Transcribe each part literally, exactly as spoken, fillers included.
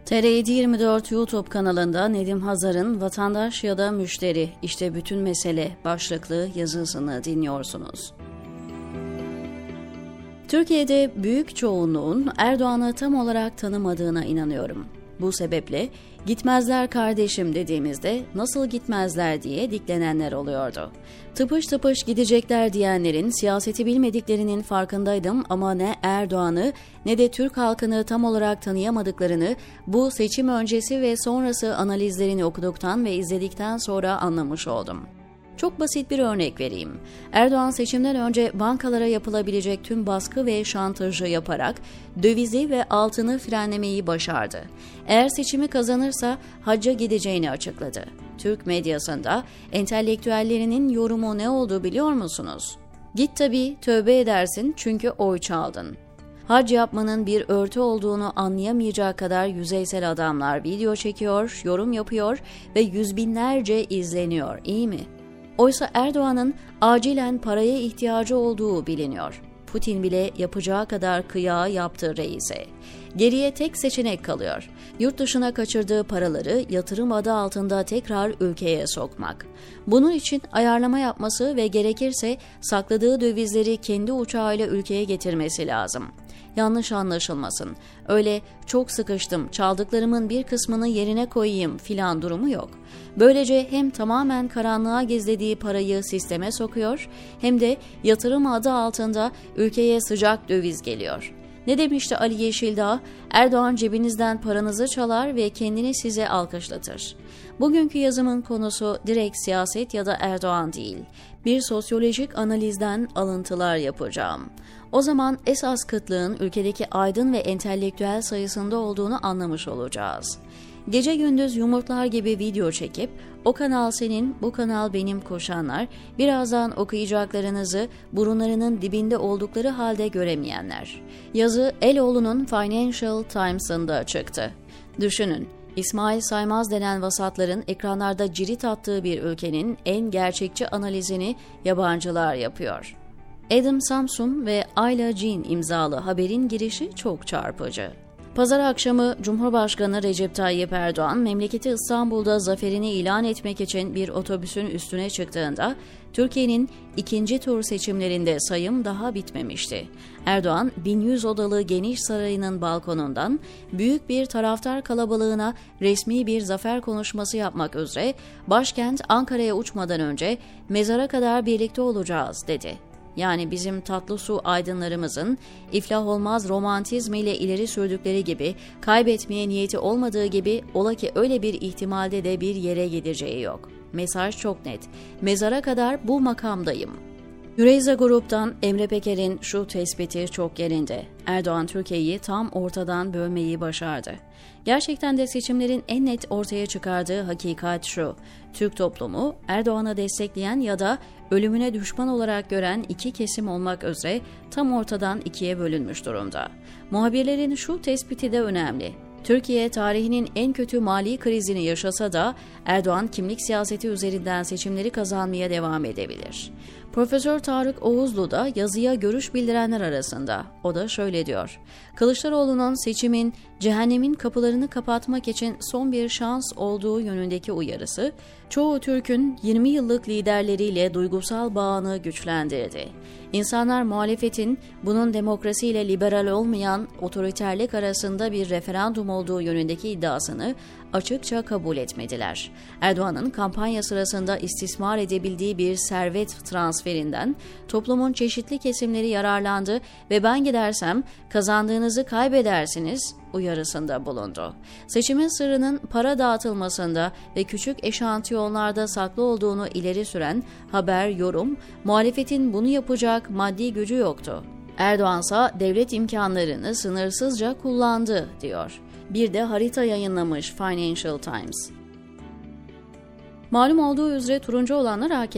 T R yedi yirmi dört YouTube kanalında Nedim Hazar'ın "Vatandaş ya da Müşteri, işte bütün mesele" başlıklı yazısını dinliyorsunuz. Türkiye'de büyük çoğunluğun Erdoğan'ı tam olarak tanımadığına inanıyorum. Bu sebeple "gitmezler kardeşim" dediğimizde "nasıl gitmezler" diye diklenenler oluyordu. Tıpış tıpış gidecekler diyenlerin siyaseti bilmediklerinin farkındaydım ama ne Erdoğan'ı ne de Türk halkını tam olarak tanıyamadıklarını bu seçim öncesi ve sonrası analizlerini okuduktan ve izledikten sonra anlamış oldum. Çok basit bir örnek vereyim. Erdoğan seçimden önce bankalara yapılabilecek tüm baskı ve şantajı yaparak dövizi ve altını frenlemeyi başardı. Eğer seçimi kazanırsa hacca gideceğini açıkladı. Türk medyasında entelektüellerinin yorumu ne oldu biliyor musunuz? "Git tabii, tövbe edersin çünkü oy çaldın." Hac yapmanın bir örtü olduğunu anlayamayacağı kadar yüzeysel adamlar video çekiyor, yorum yapıyor ve yüz binlerce izleniyor, iyi mi? Oysa Erdoğan'ın acilen paraya ihtiyacı olduğu biliniyor. Putin bile yapacağı kadar kıyağı yaptı reise. Geriye tek seçenek kalıyor. Yurt dışına kaçırdığı paraları yatırım adı altında tekrar ülkeye sokmak. Bunun için ayarlama yapması ve gerekirse sakladığı dövizleri kendi uçağıyla ülkeye getirmesi lazım. Yanlış anlaşılmasın. Öyle "çok sıkıştım, çaldıklarımın bir kısmını yerine koyayım" filan durumu yok. Böylece hem tamamen karanlığa gizlediği parayı sisteme sokuyor hem de yatırım adı altında ülkeye sıcak döviz geliyor. Ne demişti Ali Yeşildağ? "Erdoğan cebinizden paranızı çalar ve kendini size alkışlatır." Bugünkü yazımın konusu direkt siyaset ya da Erdoğan değil. Bir sosyolojik analizden alıntılar yapacağım. O zaman esas kıtlığın ülkedeki aydın ve entelektüel sayısında olduğunu anlamış olacağız. Gece gündüz yumurtlar gibi video çekip "o kanal senin, bu kanal benim" koşanlar, birazdan okuyacaklarınızı burunlarının dibinde oldukları halde göremeyenler. Yazı Eloğlu'nun Financial Times'ında çıktı. Düşünün, İsmail Saymaz denen vasatların ekranlarda cirit attığı bir ülkenin en gerçekçi analizini yabancılar yapıyor. Adam Samsun ve Ayla Jean imzalı haberin girişi çok çarpıcı. Pazar akşamı Cumhurbaşkanı Recep Tayyip Erdoğan memleketi İstanbul'da zaferini ilan etmek için bir otobüsün üstüne çıktığında Türkiye'nin ikinci tur seçimlerinde sayım daha bitmemişti. Erdoğan bin yüz odalı geniş sarayının balkonundan büyük bir taraftar kalabalığına resmi bir zafer konuşması yapmak üzere başkent Ankara'ya uçmadan önce "mezara kadar birlikte olacağız" dedi. Yani bizim tatlı su aydınlarımızın iflah olmaz romantizmiyle ileri sürdükleri gibi, kaybetmeye niyeti olmadığı gibi, ola ki öyle bir ihtimalde de bir yere gideceği yok. Mesaj çok net. Mezara kadar bu makamdayım. Hüreyza Grup'tan Emre Peker'in şu tespiti çok yerinde. Erdoğan Türkiye'yi tam ortadan bölmeyi başardı. Gerçekten de seçimlerin en net ortaya çıkardığı hakikat şu: Türk toplumu Erdoğan'ı destekleyen ya da ölümüne düşman olarak gören iki kesim olmak üzere tam ortadan ikiye bölünmüş durumda. Muhabirlerin şu tespiti de önemli. Türkiye tarihinin en kötü mali krizini yaşasa da Erdoğan kimlik siyaseti üzerinden seçimleri kazanmaya devam edebilir. Profesör Tarık Oğuzlu da yazıya görüş bildirenler arasında. O da şöyle diyor: "Kılıçdaroğlu'nun seçimin cehennemin kapılarını kapatmak için son bir şans olduğu yönündeki uyarısı, çoğu Türk'ün yirmi yıllık liderleriyle duygusal bağını güçlendirdi. İnsanlar muhalefetin bunun demokrasiyle liberal olmayan otoriterlik arasında bir referandum olduğu yönündeki iddiasını açıkça kabul etmediler. Erdoğan'ın kampanya sırasında istismar edebildiği bir servet transferinden toplumun çeşitli kesimleri yararlandı ve ben gidersem kazandığınızı kaybedersiniz" uyarısında bulundu. Seçimin sırrının para dağıtılmasında ve küçük eşantiyonlarda saklı olduğunu ileri süren haber, yorum, muhalefetin bunu yapacak maddi gücü yoktu. Erdoğansa devlet imkanlarını sınırsızca kullandı diyor. Bir de harita yayınlamış Financial Times. Malum olduğu üzere turuncu olanlar A K P.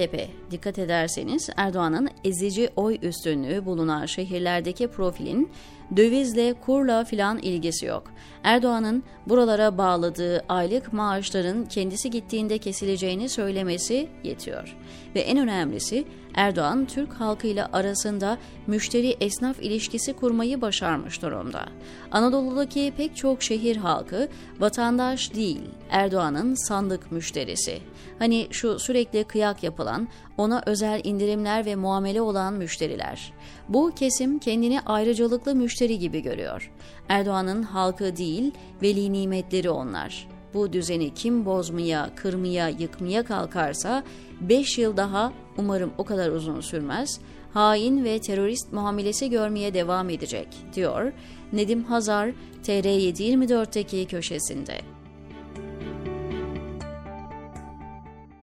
Dikkat ederseniz Erdoğan'ın ezici oy üstünlüğü bulunan şehirlerdeki profilin dövizle, kurla filan ilgisi yok. Erdoğan'ın buralara bağladığı aylık maaşların kendisi gittiğinde kesileceğini söylemesi yetiyor. Ve en önemlisi Erdoğan Türk halkıyla arasında müşteri-esnaf ilişkisi kurmayı başarmış durumda. Anadolu'daki pek çok şehir halkı vatandaş değil, Erdoğan'ın sandık müşterisi. Hani şu sürekli kıyak yapılan, ona özel indirimler ve muamele olan müşteriler. Bu kesim kendini ayrıcalıklı müşteri gibi görüyor. Erdoğan'ın halkı değil, veli nimetleri onlar. Bu düzeni kim bozmaya, kırmaya, yıkmaya kalkarsa beş yıl daha, umarım o kadar uzun sürmez, hain ve terörist muamelesi görmeye devam edecek, diyor Nedim Hazar T R yedi yirmi dörtteki köşesinde.